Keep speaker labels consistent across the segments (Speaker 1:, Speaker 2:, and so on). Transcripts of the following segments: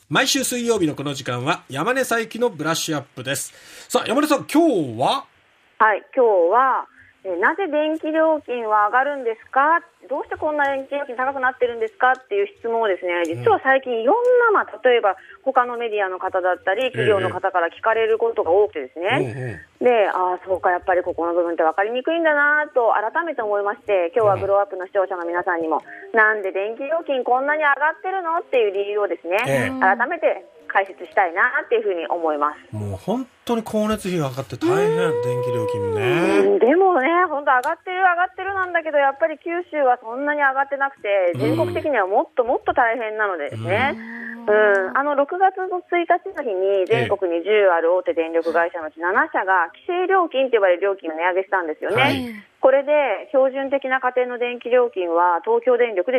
Speaker 1: 毎週水曜日のこの時間は山根佐伯のブラッシュアップです。さあ山根さん、今日は
Speaker 2: なぜ電気料金は上がるんですか、どうしてこんな電気料金高くなってるんですかっていう質問をですね、実は最近いろんな、例えば他のメディアの方だったり企業の方から聞かれることが多くてですね、で、そうか、やっぱりここの部分って分かりにくいんだなと改めて思いまして、今日はグローアップの視聴者の皆さんにも、なんで電気料金こんなに上がってるのっていう理由をですね、改めて解説したいなっていうふうに思います。
Speaker 1: もう本当に光熱費が上がって大変、電気料金もね。
Speaker 2: でもね、本当上がってるなんだけど、やっぱり九州はそんなに上がってなくて、全国的にはもっともっと大変なのでですね、6月の1日の日に全国に10ある大手電力会社のうち7社が規制料金と呼ばれる料金を値上げしたんですよね。これで標準的な家庭の電気料金は東京電力で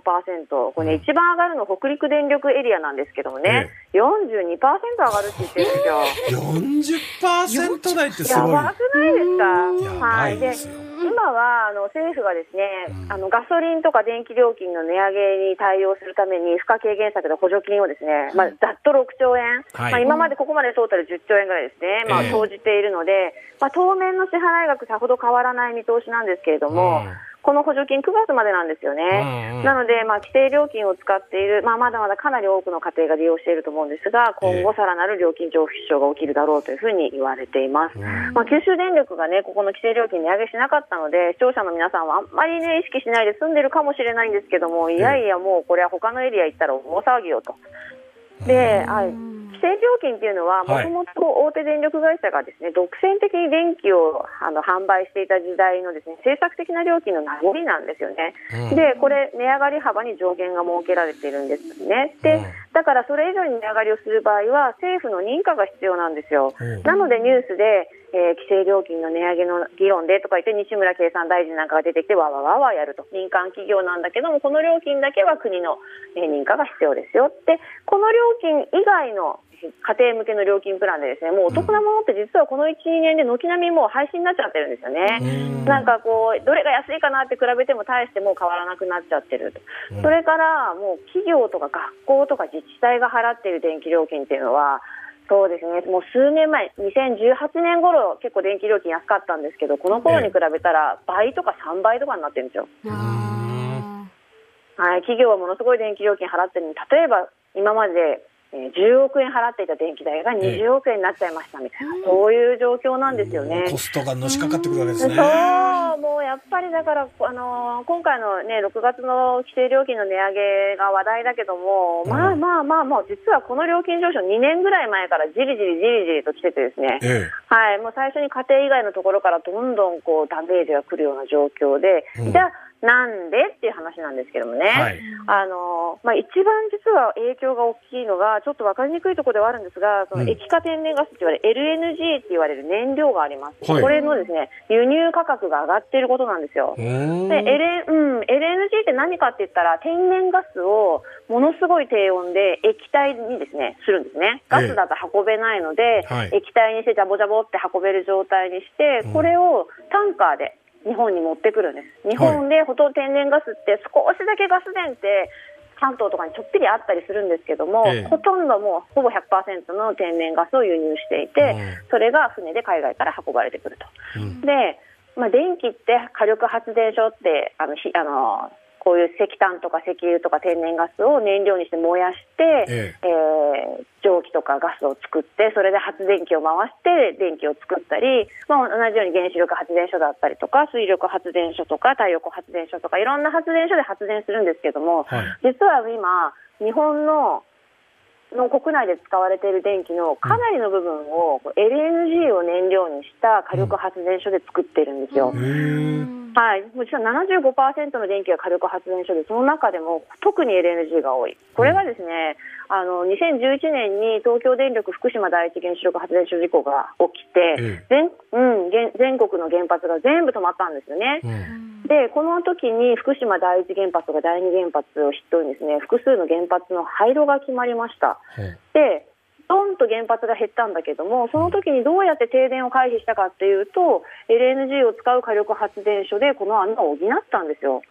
Speaker 2: 14%、これ、一番上がるの北陸電力エリアなんですけどもね、42% 上がるって言ってるんですよ。
Speaker 1: 40% 台ってすごい。
Speaker 2: やばくないですか。
Speaker 1: やばいですよ。
Speaker 2: 今は政府がですね、ガソリンとか電気料金の値上げに対応するために付加軽減策で補助金をですね、ざっと6兆円、今までここまでトータル10兆円ぐらいですね、投じているので、当面の支払い額さほど変わらない見通しなんですけれども、この補助金9月までなんですよね。なので、規制料金を使っている、まだまだかなり多くの家庭が利用していると思うんですが、今後さらなる料金上昇が起きるだろうというふうに言われています。九州電力がね、ここの規制料金値上げしなかったので、視聴者の皆さんはあんまりね、意識しないで済んでるかもしれないんですけども、いやいやもうこれは他のエリア行ったら大騒ぎよと。で、規制料金っていうのは、もともと大手電力会社がですね、独占的に電気を販売していた時代のですね、政策的な料金の名残なんですよね。で、これ値上がり幅に上限が設けられているんですね。で、だからそれ以上に値上がりをする場合は政府の認可が必要なんですよ。なのでニュースで、規制料金の値上げの議論でとか言って西村経産大臣なんかが出てきてわーやると、民間企業なんだけどもこの料金だけは国の認可が必要ですよって、この料金以外の家庭向けの料金プランでですね、もうお得なものって実はこの 1,2 年で軒並みもう廃止になっちゃってるんですよね。なんかこうどれが安いかなって比べても大してもう変わらなくなっちゃってると。それからもう企業とか学校とか自治体が払っている電気料金っていうのは、そうですね、もう数年前2018年頃結構電気料金安かったんですけど、この頃に比べたら倍とか3倍とかになってるんですよ。企業はものすごい電気料金払ってるのに、例えば今まで10億円払っていた電気代が20億円になっちゃいましたみたいな、そういう状況なんですよね。
Speaker 1: コストがのしかかってくるわけですね。
Speaker 2: そう、もうやっぱりだから、今回のね6月の規制料金の値上げが話題だけども、もう実はこの料金上昇2年ぐらい前からじりじりと来ててですね、もう最初に家庭以外のところからどんどんこうダメージが来るような状況で、じゃあなんでっていう話なんですけどもね、一番実は影響が大きいのがちょっと分かりにくいところではあるんですが、その液化天然ガスって言われる LNG って言われる燃料があります。これのですね、輸入価格が上がっていることなんですよ。で、LNG って何かって言ったら、天然ガスをものすごい低温で液体にですねするんですね。ガスだと運べないので、液体にしてジャボジャボって運べる状態にして、これをタンカーで日本に持ってくるんです。日本でほとんど天然ガスって少しだけガス田って関東とかにちょっぴりあったりするんですけども、ほとんどもうほぼ 100% の天然ガスを輸入していて、それが船で海外から運ばれてくると。で、電気って火力発電所ってこういう石炭とか石油とか天然ガスを燃料にして燃やして、蒸気とかガスを作って、それで発電機を回して電気を作ったり、同じように原子力発電所だったりとか水力発電所とか太陽光発電所とかいろんな発電所で発電するんですけども、実は今日本の国内で使われている電気のかなりの部分を LNG を燃料にした火力発電所で作っているんですよ。実は 75% の電気が火力発電所で、その中でも特に LNG が多い。これがですね、2011年に東京電力福島第一原子力発電所事故が起きて、全国の原発が全部止まったんですよね。で、この時に福島第一原発とか第二原発を筆頭にですね、複数の原発の廃炉が決まりました。で、ドンと原発が減ったんだけども、その時にどうやって停電を回避したかっていうと、LNG を使う火力発電所でこの穴を補ったんですよ。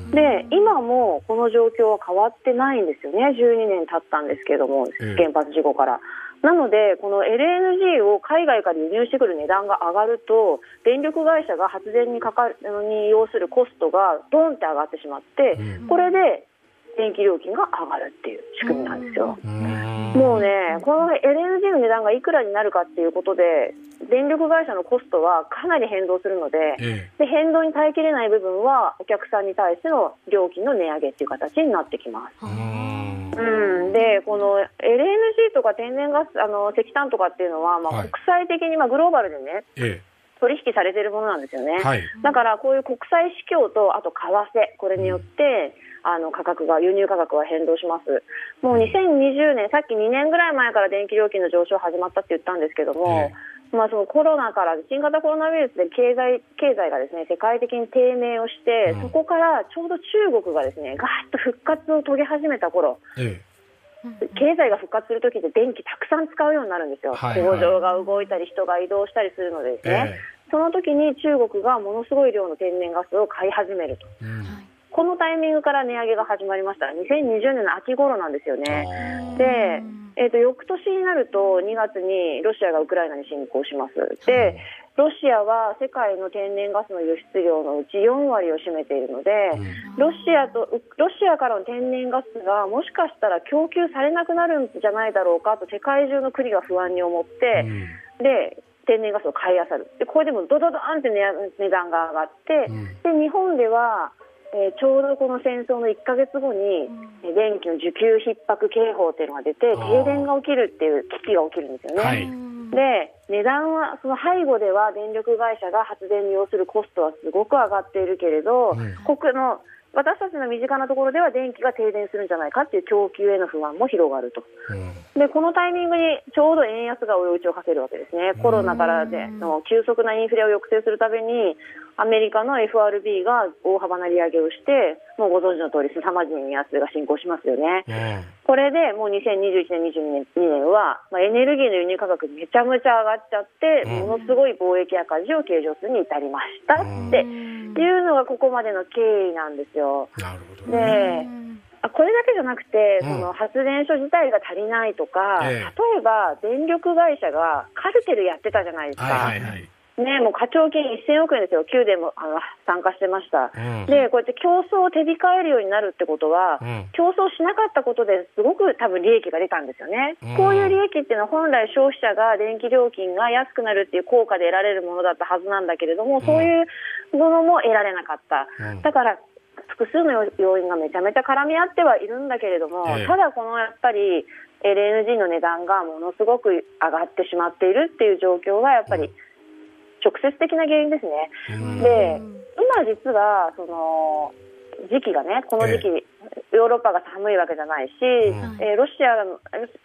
Speaker 2: で今もこの状況は変わってないんですよね。12年経ったんですけども、原発事故から。なのでこの LNG を海外から輸入してくる値段が上がると電力会社が発電に要するコストがドンって上がってしまって、これで電気料金が上がるっていう仕組みなんですよ。もうね、この LNG の値段がいくらになるかっていうことで電力会社のコストはかなり変動するので、で変動に耐えきれない部分はお客さんに対しての料金の値上げっていう形になってきます。でこの LNG とか天然ガス石炭とかっていうのは、国際的に、グローバルでね、取引されているものなんですよね。だからこういう国際市況とあと為替、これによって輸入価格は変動します。もう2020年、さっき2年ぐらい前から電気料金の上昇始まったって言ったんですけども、そのコロナから新型コロナウイルスで経済がですね世界的に低迷をして、そこからちょうど中国がですねガーッと復活を遂げ始めた頃、経済が復活するときって電気たくさん使うようになるんですよ。工場が動いたり人が移動したりするのでですね、その時に中国がものすごい量の天然ガスを買い始めると、このタイミングから値上げが始まりました。2020年の秋頃なんですよね。で、翌年になると2月にロシアがウクライナに侵攻します。で、ロシアは世界の天然ガスの輸出量のうち4割を占めているので、ロシアからの天然ガスがもしかしたら供給されなくなるんじゃないだろうかと世界中の国が不安に思って、で天然ガスを買い漁る。でこれでもドドドーンって値段が上がって、で日本ではちょうどこの戦争の1ヶ月後に電気の需給逼迫警報というのが出て停電が起きるっていう危機が起きるんですよね。で値段はその背後では電力会社が発電に要するコストはすごく上がっているけれど、私たちの身近なところでは電気が停電するんじゃないかっていう供給への不安も広がると、でこのタイミングにちょうど円安が追い打ちをかけるわけですね。コロナからの急速なインフレを抑制するためにアメリカの FRB が大幅な利上げをして、もうご存知の通り凄まじい円安が進行しますよね。これでもう2021年、22年は、エネルギーの輸入価格めちゃめちゃ上がっちゃって、ものすごい貿易赤字を計上するに至りましたっていうのがここまでの経緯なんですよ。
Speaker 1: なるほどね。
Speaker 2: でこれだけじゃなくて、その発電所自体が足りないとか、例えば電力会社がカルテルやってたじゃないですか。もう課徴金1000億円ですよ。宮殿も参加してました。でこうやって競争を手控えるようになるってことは、競争しなかったことですごく多分利益が出たんですよね。こういう利益っていうのは本来消費者が電気料金が安くなるっていう効果で得られるものだったはずなんだけれども、そういうものも得られなかった。だから複数の要因がめちゃめちゃ絡み合ってはいるんだけれども、ただこのやっぱり LNG の値段がものすごく上がってしまっているっていう状況がやっぱり直接的な原因ですね。で今実はその時期がね、この時期、ヨーロッパが寒いわけじゃないし、ロシアの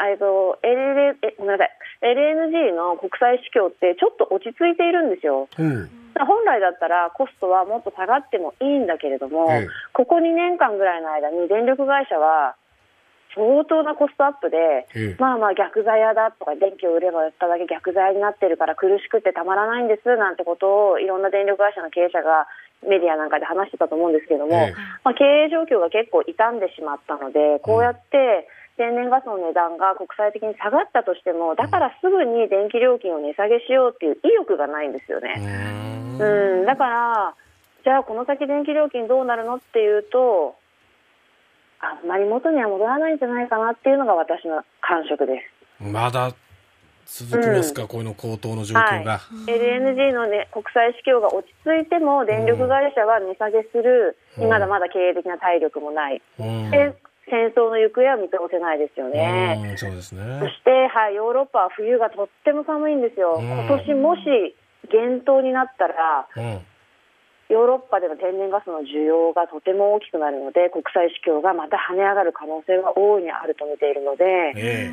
Speaker 2: LNG の国際市況ってちょっと落ち着いているんですよ。本来だったらコストはもっと下がってもいいんだけれども、ここ2年間ぐらいの間に電力会社は相当なコストアップで、逆ザヤだとか電気を売れば売っただけ逆ザヤになってるから苦しくてたまらないんですなんてことをいろんな電力会社の経営者がメディアなんかで話してたと思うんですけども、経営状況が結構傷んでしまったので、こうやって天然ガスの値段が国際的に下がったとしても、だからすぐに電気料金を値下げしようっていう意欲がないんですよね。だからじゃあこの先電気料金どうなるのっていうと、あんまり元には戻らないんじゃないかなっていうのが私の感触です。
Speaker 1: まだ続きますか、この高騰の状況が。
Speaker 2: LNG の、国際市況が落ち着いても電力会社は値下げする、まだまだ経営的な体力もない、で戦争の行方は見通せないですよね。
Speaker 1: そうですね。
Speaker 2: そして、ヨーロッパは冬がとっても寒いんですよ。今年もし厳冬になったら、ヨーロッパでの天然ガスの需要がとても大きくなるので、国際市況がまた跳ね上がる可能性が大いにあると見ているので、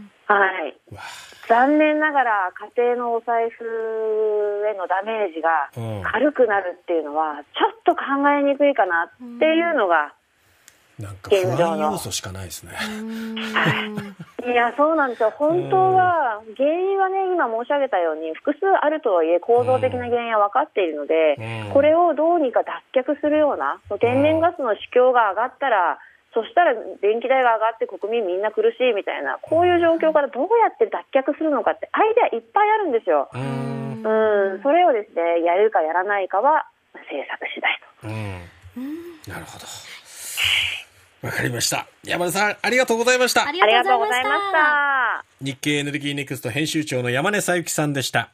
Speaker 2: 残念ながら家庭のお財布へのダメージが軽くなるっていうのはちょっと考えにくいかなっていうのが
Speaker 1: なんか不安要素しかないですね。
Speaker 2: いや、そうなんですよ。本当は、原因はね、今申し上げたように、複数あるとはいえ、構造的な原因は分かっているので、これをどうにか脱却するような、天然ガスの市況が上がったら、そしたら電気代が上がって国民みんな苦しいみたいな、こういう状況からどうやって脱却するのかってアイデアいっぱいあるんですよ。それをですね、やるかやらないかは政策次第と。
Speaker 1: なるほど。わかりました。山根さん、ありがとうございました。
Speaker 2: ありがとうございました。
Speaker 1: 日経エネルギーネクスト編集長の山根佐幸さんでした。